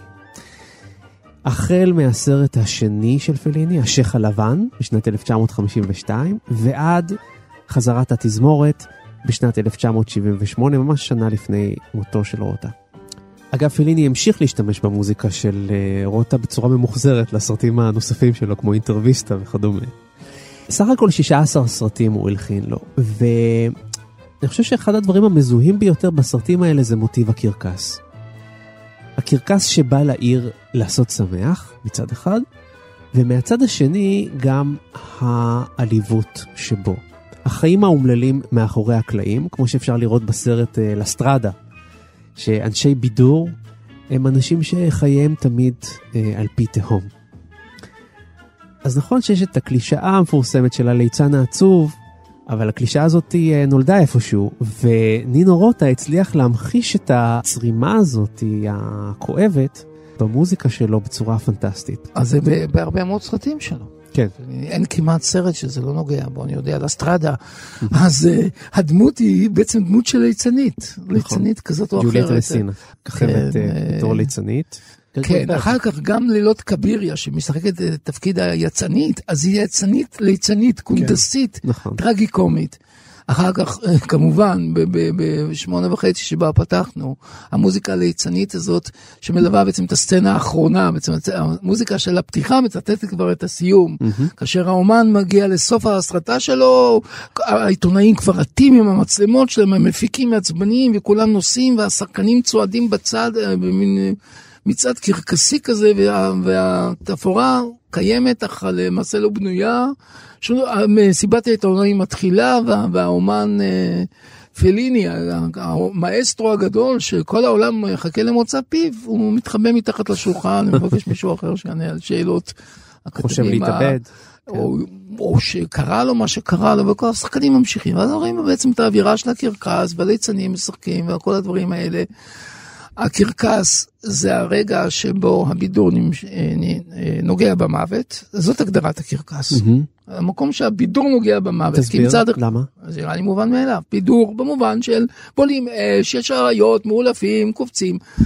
החל מהסרט השני של פליני, השייח הלבן, בשנת 1952, ועד חזרת התזמורת בשנת 1978, ממש שנה לפני מותו של רוטה. אגב, פליני המשיך להשתמש במוזיקה של רוטה בצורה ממוחזרת לסרטים הנוספים שלו, כמו אינטרוויסטה וכדומה. סך הכל 16 סרטים הוא הלחין לו, ואני חושב שאחד הדברים המזוהים ביותר בסרטים האלה זה מוטיב הקרקס. הקרקס שבא לעיר לעשות שמח מצד אחד, ומהצד השני גם העליבות שבו. החיים האומללים מאחורי הקלעים, כמו שאפשר לראות בסרט לסטרדה, שאנשי בידור הם אנשים שחייהם תמיד על פי תהום. אז נכון שיש את הקלישאה המפורסמת של הליצן העצוב, אבל הקלישאה הזאת נולדה איפשהו, ונינו רוטה הצליח להמחיש את הצרימה הזאת, הכואבת, במוזיקה שלו בצורה פנטסטית. אז זה בהרבה מאוד סרטים שלו. כן. אין כמעט סרט שזה לא נוגע בו, אני יודע, לסטרדה. אז הדמות היא בעצם דמות של ליצנית. ליצנית כזאת או אחרת. ג'וליאט רסינה, ככבת בתור ליצנית. כן, אחר כך גם לילות קביריה, שמשחקת תפקיד היצנית, אז היא יצנית, ליצנית, קונדסית, טרגיקומית. אחר כך, כמובן, ב8:30 שבה פתחנו, המוזיקה הליצנית הזאת, שמלווה בעצם את הסצנה האחרונה, בעצם המוזיקה של הפתיחה מצטטת כבר את הסיום. כאשר האומן מגיע לסוף ההסרטה שלו, העיתונאים כבר עטים עם המצלמות שלהם, המפיקים מעצבניים, וכולם נוסעים, והשחקנים צועדים בצד, במין מצעד קרקסי כזה, והתפאורה קיימת, אך למעשה לא בנויה. מסיבת העיתונאים מתחילה, והאומן פליני, המאסטרו הגדול, שכל העולם מחכה למוצא פיו, הוא מתחבא מתחת לשולחן, ומבקש מישהו אחר שיענה על שאלות. חושב להתאבד. או שקרה לו מה שקרה לו, וכל השחקנים ממשיכים. ואז רואים בעצם את האווירה של הקרקס, והליצנים משחקים, וכל הדברים האלה. הקרקס זה הרגע שבו הבידור נוגע במוות, זאת הגדרת הקרקס. המקום שהבידור נוגע במוות. תסביר, למה? זה נראה לי מובן מאליו. בידור במובן של בולים אש, יש עריות, מעולפים, קופצים.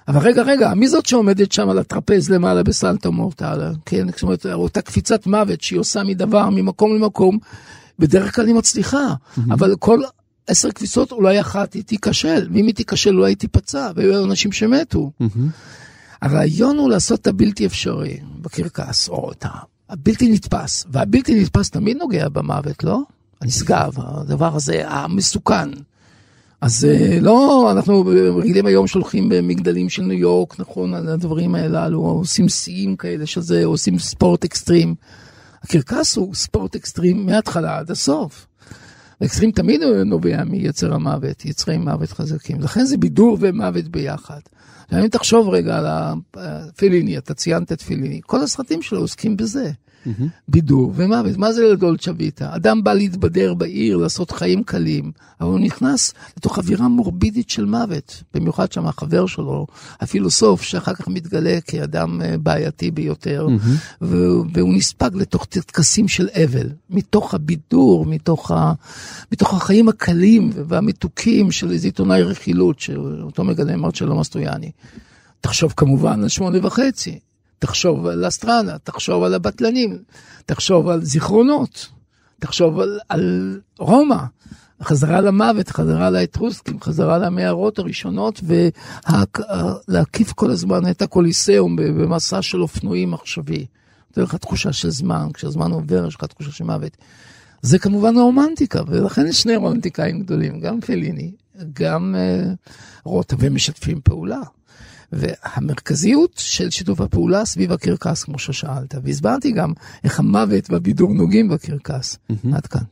אבל רגע, מי זאת שעומדת שם על הטרפז למעלה בסנטה מורטל? כן, זאת אומרת, אותה קפיצת מוות שהיא עושה מדבר, ממקום למקום, בדרך כלל היא מצליחה, אבל כל 10 קפיצות אולי אחת היא תיכשל, ואם היא תיכשל אולי היא תיפצע, והיו אנשים שמתו. הרעיון הוא לעשות את הבלתי אפשרי בקרקס, או את הבלתי נתפס, והבלתי נתפס תמיד נוגע במוות, לא? הנשגב, הדבר הזה, המסוכן. אז לא, אנחנו רגילים היום שולחים במגדלים של ניו יורק, נכון, על הדברים האלו, עושים שיאים כאלה שזה, עושים ספורט אקסטרים. הקרקס הוא ספורט אקסטרים מההתחלה עד הסוף. האקסטרים תמיד נובע מיצר המוות, יצרי מוות חזקים. לכן זה בידור ומוות ביחד. אם תחשוב רגע על הפליני, אתה ציינת את פליני, כל הסרטים שלו עוסקים בזה. בידור ומוות. מה זה לדולצ'ה ויטה? אדם בא להתבדר בעיר, לעשות חיים קלים, אבל הוא נכנס לתוך אווירה מורבידית של מוות. במיוחד שם החבר שלו, הפילוסוף, שאחר כך מתגלה כאדם בעייתי ביותר, והוא נספג לתוך טקסים של אבל, מתוך הבידור, מתוך החיים הקלים והמתוקים של איזה עיתונאי רכילות, שאותו מגלה מרצ'לו מסטרויאני. תחשוב כמובן על 8:30. תחשוב על אסטרנה, תחשוב על הבטלנים, תחשוב על זיכרונות, תחשוב על רומא, חזרה למוות, חזרה לאטרוסקים, חזרה למערות הראשונות, ולהקיף כל הזמן את הקוליסאום במסע של אופנועים עכשווי. דרך התחושה של זמן, כשהזמן עובר, יש לך תחושה של מוות. זה כמובן הרומנטיקה, ולכן יש 2 רומנטיקאים גדולים, גם פליני, גם רוטה, והם משתפים פעולה. והמרכזיות של שיתוף הפעולה סביב הקרקס, כמו ששאלת, והסברתי גם איך המוות והבידור נוגעים בקרקס. עד כאן.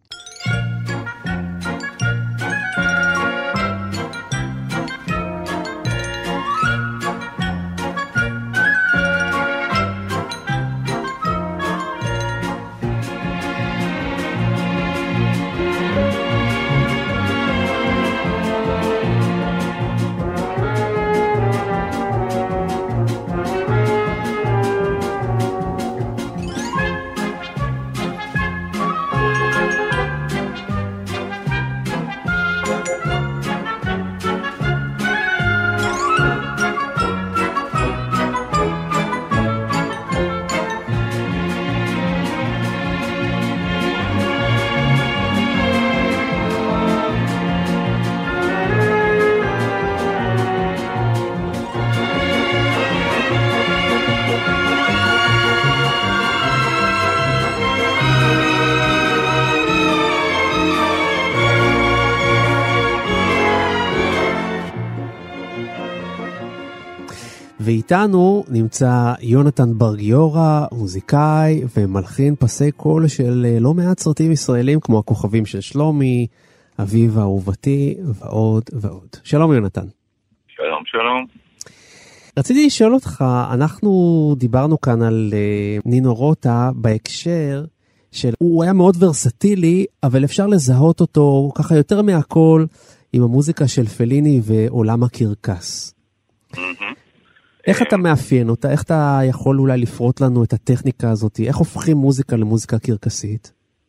ואיתנו נמצא יונתן ברגיורה, מוזיקאי ומלחין פסי קול של לא מעט סרטים ישראלים, כמו הכוכבים של שלומי, אביב אהובתי ועוד ועוד. שלום יונתן. שלום, שלום. רציתי לשאול אותך, אנחנו דיברנו כאן על נינו רוטה בהקשר של, הוא היה מאוד ורסטילי, אבל אפשר לזהות אותו ככה יותר מהכל עם המוזיקה של פליני ועולם הקרקס. איך אתה מאפיין אותה? איך אתה יכול אולי לפרוט לנו את הטכניקה הזאת? איך הופכים מוזיקה למוזיקה קרקסית?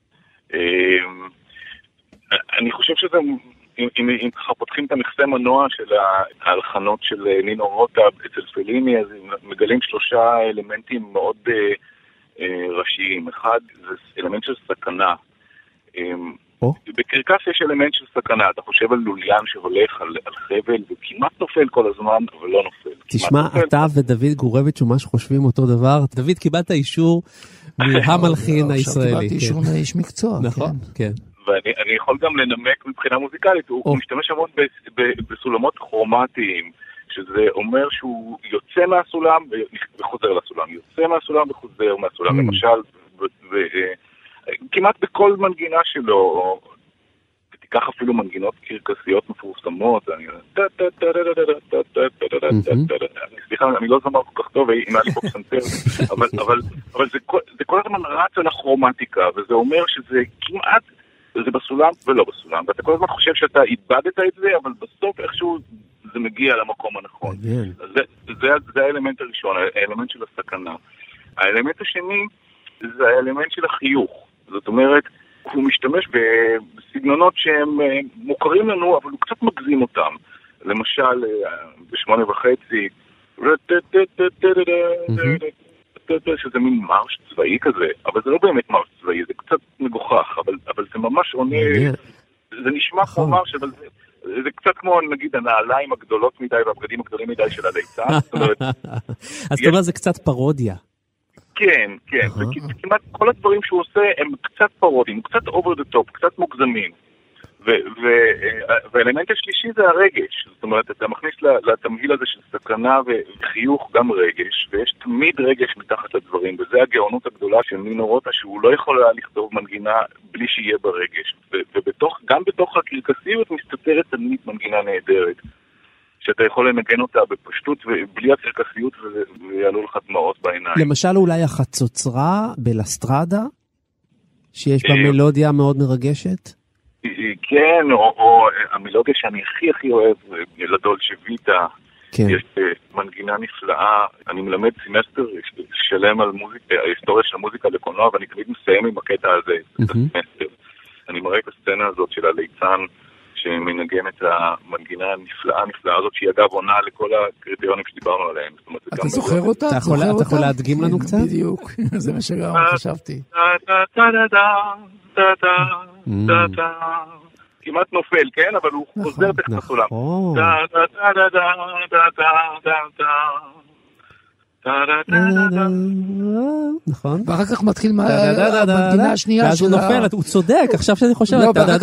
אני חושב שזה, אם ככה פותחים את המכסה מנוע של ההלחנות של נינו רוטה אצל פליני, אז מגלים 3 אלמנטים מאוד ראשיים. אחד, זה אלמנט של סכנה. בקרקס יש אלמנט של סכנה, אתה חושב על לוליין שהולך על חבל וכמעט נופל כל הזמן, אבל לא נופל. תשמע, אתה ודוד גורביץ' ממש חושבים אותו דבר. דוד, קיבלת אישור מהמלחין הישראלי. עכשיו קיבלתי אישור מאיש מקצוע. נכון, כן. ואני יכול גם לנמק מבחינה מוזיקלית, הוא משתמש המון בסולמות כרומטיים, שזה אומר שהוא יוצא מהסולם וחוזר לסולם, יוצא מהסולם וחוזר מהסולם, למשל, כמעט בכל מנגינה שלו, ותיקח אפילו מנגינות קרקסיות מפורסמות, סליחה, אני לא זמר כל כך טוב, אם היה לי פה פסנתר, אבל זה כל הזמן רץ על הכרומטיקה, וזה אומר שזה כמעט, זה בסולם ולא בסולם, ואתה כל הזמן חושב שאתה איבדת את זה, אבל בסוף איכשהו זה מגיע למקום הנכון. זה האלמנט הראשון, האלמנט של הסכנה. האלמנט השני, זה האלמנט של החיוך. זאת אומרת, הוא משתמש בסגנונות שהם מוכרים לנו, אבל הוא קצת מגזים אותם. למשל, ב8:30, שזה מין מרש צבאי כזה, אבל זה לא באמת מרש צבאי, זה קצת מגוחך, אבל זה ממש עונה, זה נשמע כמו מרש, אבל זה קצת כמו נגיד הנעליים הגדולות מדי והבגדים הגדולים מדי של הליצן. אז אתה אומר זה קצת פרודיה. כן, כן, וכמעט כל הדברים שהוא עושה הם קצת פרודיים, קצת over the top, קצת מוגזמים. והאלמנט השלישי זה הרגש, זאת אומרת, אתה מכניס לתמהיל הזה של סכנה וחיוך גם רגש, ויש תמיד רגש מתחת לדברים, וזה הגאונות הגדולה של נינו רוטה, שהוא לא יכול היה לכתוב מנגינה בלי שיהיה ברגש, וגם בתוך הקרקסיות מסתתרת תמיד מנגינה נהדרת, שאתה יכול לנגן אותה בפשטות ובלי הקרקסיות ויעלו לך דמעות בעיניים. למשל אולי החצוצרה בלסטרדה, שיש בה מלודיה מאוד מרגשת? כן, או המלודיה שאני הכי אוהב, לדולצ'ה ויטה, יש מנגינה נפלאה, אני מלמד סמסטר שלם על ההיסטוריה של המוזיקה לקולנוע, ואני תמיד מסיים עם הקטע הזה, את הסמסטר. אני מראה את הסצנה הזאת של הליצן, שמנגן את המנגינה הנפלאה הזאת, שהיא אגב עונה לכל הקריטריונים שדיברנו עליהם. אתה זוכר אותה? אתה יכול להדגים לנו קצת? בדיוק, זה מה שגם חשבתי. כמעט נופל, כן? אבל הוא חוזר תחת הסולם. נכון. ואחר כך מתחיל המנגינה השנייה ואז הוא נופל, הוא צודק, עכשיו שאני חושב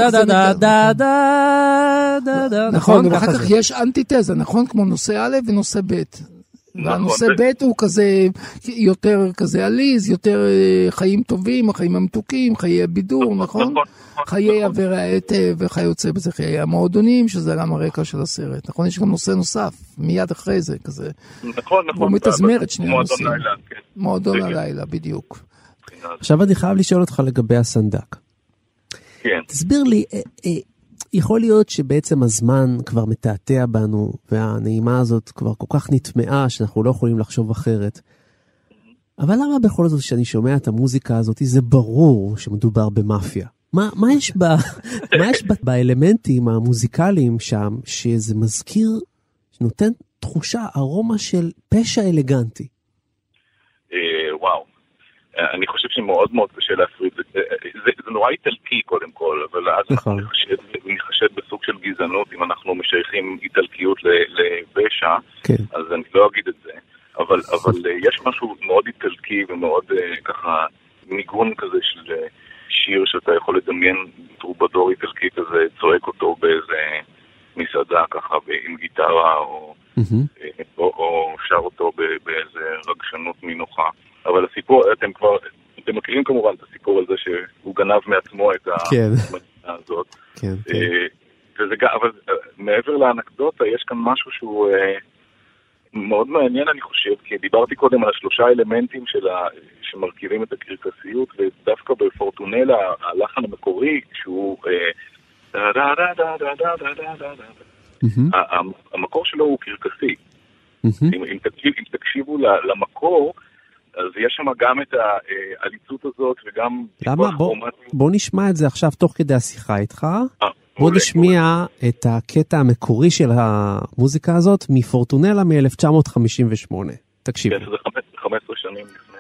נכון, ואחר כך יש אנטיתזה, נכון? כמו נושא א' ונושא ב'. והנושא ב' הוא כזה, יותר כזה עליז, יותר חיים טובים, החיים המתוקים, חיי הבידור, נכון? חיי עבר העטב וכיוצא בזה, חיי המועדונים, שזה גם הרקע של הסרט. נכון, יש גם נושא נוסף, מיד אחרי זה, כזה. נכון. הוא מתזמר את שני הנושאים. מועדון לילה, כן. מועדון הלילה, בדיוק. עכשיו אני חייב לשאול אותך לגבי הסנדק. כן. תסביר לי, יכול להיות שבעצם הזמן כבר מתעתע בנו, והנעימה הזאת כבר כל כך נטמעה, שאנחנו לא יכולים לחשוב אחרת. אבל למה בכל זאת שאני שומע את המוזיקה הזאת, זה ברור שמדובר במאפיה? מה יש באלמנטים המוזיקליים שם, שזה מזכיר, שנותן תחושה, ארומה של פשע אלגנטי? וואו. אני חושב שמאוד מאוד קשה להפריד. זה נורא איטלקי קודם כל, אבל אז אנחנו נחשד בסוג של גזענות, אם אנחנו משייכים איטלקיות לפשע, אז אני לא אגיד את זה. אבל יש משהו מאוד איטלקי ומאוד ככה ניגון כזה של שיר שאתה יכול לדמיין טרובדור איטלקי כזה, צועק אותו באיזה מסעדה ככה עם גיטרה או שר אותו באיזה רגשנות מנוחה. אבל הסיפור, אתם מכירים כמובן את הסיפור על זה שהוא גנב מעצמו את המדינה הזאת. כן. אבל מעבר לאנקדוטה, יש כאן משהו שהוא מאוד מעניין, אני חושב, כי דיברתי קודם על 3 אלמנטים שמרכיבים את הקרקסיות, ודווקא בפורטונלה, הלחן המקורי, שהוא המקור שלו הוא קרקסי. אם תקשיבו למקור, אז יש שם גם את העליצות הזאת וגם... למה? בוא נשמע את זה עכשיו תוך כדי השיחה איתך. בוא נשמיע את הקטע המקורי של המוזיקה הזאת מפורטונלה מ-1958. תקשיב. כן, זה 15 שנים לפני.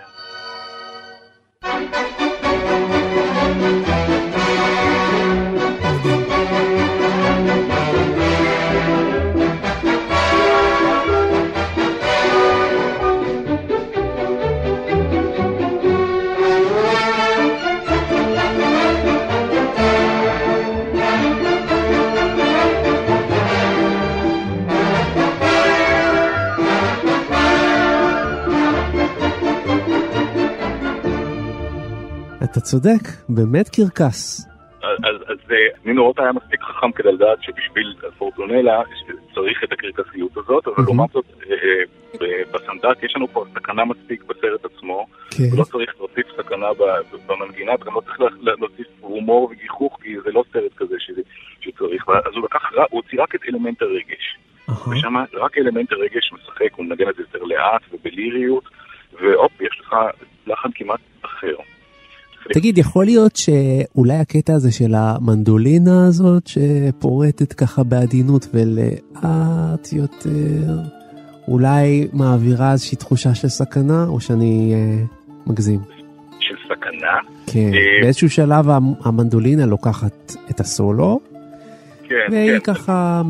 אתה צודק, באמת קרקס. אז נינו רוטה היה מספיק חכם כדי לדעת שבשביל פורטונלה צריך את הקרקסיות הזאת, אבל לעומת זאת בסנדק יש לנו פה סכנה מספיק בסרט עצמו, ולא צריך להוסיף סכנה במנגינה, וגם לא צריך להוסיף הומור וגיחוך, כי זה לא סרט כזה שצריך. אז הוא הוציא רק את אלמנט הרגש, ושם רק אלמנט הרגש משחק, הוא מנגן את זה יותר לאט ובליריות, ואופ, יש לך לחן כמעט אחר. תגיד, יכול להיות שאולי הקטע הזה של המנדולינה הזאת, שפורטת ככה בעדינות ולאט יותר, אולי מעבירה איזושהי תחושה של סכנה, או שאני מגזים? של סכנה? כן, באיזשהו שלב המנדולינה לוקחת את הסולו, והיא ככה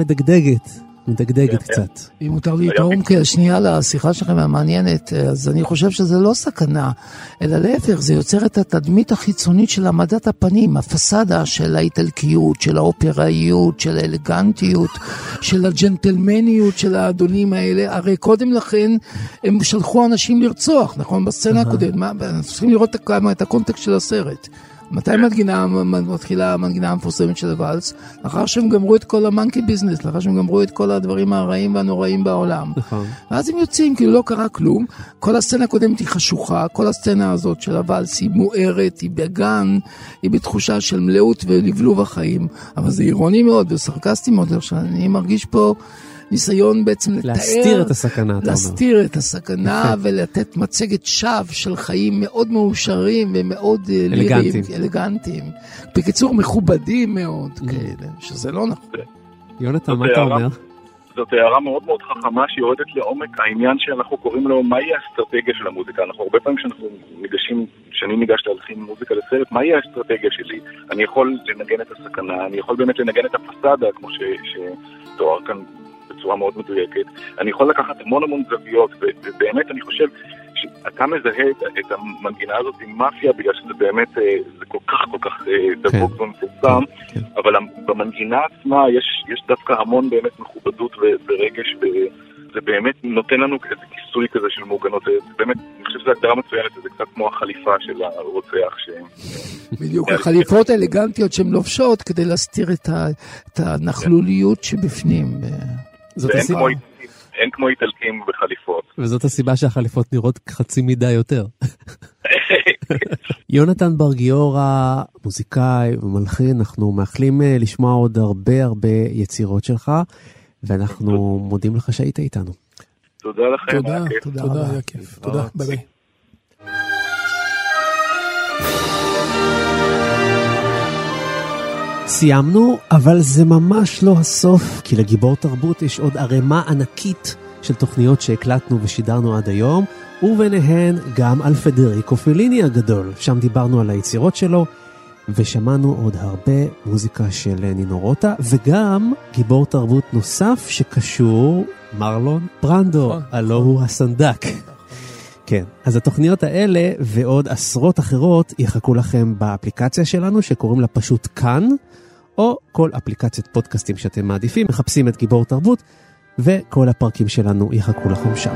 מדגדגת קצת. אם מותר לי לתרום שנייה לשיחה שלכם המעניינת, אז אני חושב שזה לא סכנה, אלא להפך, זה יוצר את התדמית החיצונית של העמדת הפנים, הפסדה של האיטלקיות, של האופראיות, של האלגנטיות, של הג'נטלמניות של האדונים האלה. הרי קודם לכן הם שלחו אנשים לרצוח, נכון? בסצנה הקודמת, צריכים לראות את הקונטקסט של הסרט. מתי מתחילה המנגינה המפורסמת של הוואלס? לאחר שהם גמרו את כל המנקי ביזנס, לאחר שהם גמרו את כל הדברים הרעים והנוראים בעולם. ואז הם יוצאים, כאילו לא קרה כלום. כל הסצנה הקודמת היא חשוכה, כל הסצנה הזאת של הוואלס היא מוארת, היא בגן, היא בתחושה של מלאות ולבלוב החיים. אבל זה אירוני מאוד וסרקסטי מאוד, אני מרגיש פה ניסיון בעצם לתאר, להסתיר את הסכנה, אתה אומר. להסתיר את הסכנה ולתת מצגת שווא של חיים מאוד מאושרים ומאוד ליריים, אלגנטיים. בקיצור, מכובדים מאוד כאלה, שזה לא נכון. יונתן, מה אתה אומר? זאת הערה מאוד מאוד חכמה שיורדת לעומק העניין שאנחנו קוראים לו מהי האסטרטגיה של המוזיקה. אנחנו הרבה פעמים כשאני ניגש להלחין מוזיקה לסרט, מהי האסטרטגיה שלי? אני יכול לנגן את הסכנה, אני יכול באמת לנגן את הפסדה, כמו שתואר כאן בצורה מאוד מדויקת. אני יכול לקחת המון זוויות, ובאמת אני חושב שאתה מזהה את המנגינה הזאת עם מאפיה, בגלל שזה באמת, זה כל כך דבוק ומפורסם, אבל במנגינה עצמה יש דווקא המון באמת מכובדות ורגש, וזה באמת נותן לנו איזה כיסוי כזה של מוגנות. באמת, אני חושב שזו הגדרה מצוינת, זה קצת כמו החליפה של הרוצח. בדיוק, החליפות האלגנטיות שהן לובשות כדי להסתיר את הנכלוליות שבפנים. אין כמו איטלקים בחליפות. וזאת הסיבה שהחליפות נראות חצי מידה יותר. יונתן בר גיורא, מוזיקאי ומלחין, אנחנו מאחלים לשמוע עוד הרבה יצירות שלך, ואנחנו מודים לך שהיית איתנו. תודה לכם. תודה, היה כיף. תודה, ביי. סיימנו, אבל זה ממש לא הסוף, כי לגיבור תרבות יש עוד ערימה ענקית של תוכניות שהקלטנו ושידרנו עד היום, וביניהן גם על פדריקו פליני הגדול. שם דיברנו על היצירות שלו, ושמענו עוד הרבה מוזיקה של נינו רוטה, וגם גיבור תרבות נוסף שקשור, מרלון ברנדו, הלא הוא הסנדק. כן, אז התוכניות האלה ועוד עשרות אחרות יחכו לכם באפליקציה שלנו שקוראים לה פשוט כאן, או כל אפליקציית פודקאסטים שאתם מעדיפים, מחפשים את גיבור תרבות, וכל הפרקים שלנו יחכו לכם שם.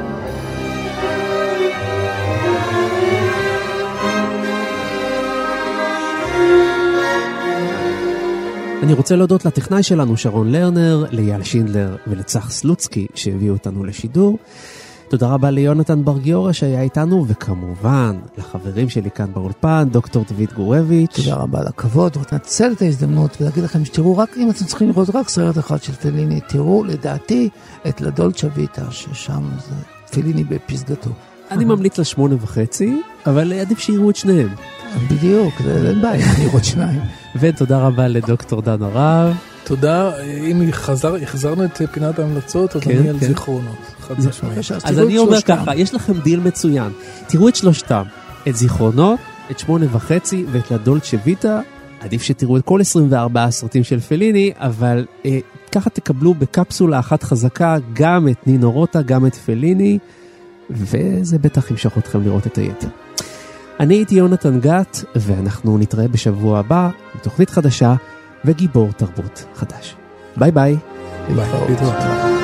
אני רוצה להודות לטכנאי שלנו שרון לרנר, ליאל שינדלר ולצח סלוצקי שהביאו אותנו לשידור. תודה רבה ליונתן בר גיורא שהיה איתנו, וכמובן לחברים שלי כאן באולפן, דוקטור דוד גורביץ'. תודה רבה על הכבוד, ותנצל את ההזדמנות ולהגיד לכם שתראו רק, אם אתם צריכים לראות רק סרט אחד של פליני, תראו לדעתי את לדולצ'ה ויטה, ששם זה פליני בפסגתו. אני ממליץ ל8:30, אבל עדיף שיראו את שניהם. בדיוק, אין בעיה, נראות שניים. ותודה רבה לדוקטור דן הרב. תודה, אם החזרנו את פינת ההמלצות, אז אני על זיכרונות. אז אני אומר ככה, יש לכם דיל מצוין. תראו את שלושתם, את זיכרונות, את 8:30 ואת לדולצ'ה ויטה. עדיף שתראו את כל 24 הסרטים של פליני, אבל ככה תקבלו בקפסולה אחת חזקה גם את נינו רוטה, גם את פליני, וזה בטח ימשוך אתכם לראות את היתר. אני הייתי יונתן גת, ואנחנו נתראה בשבוע הבא בתוכנית חדשה וגיבור תרבות חדש. ביי ביי. ביי.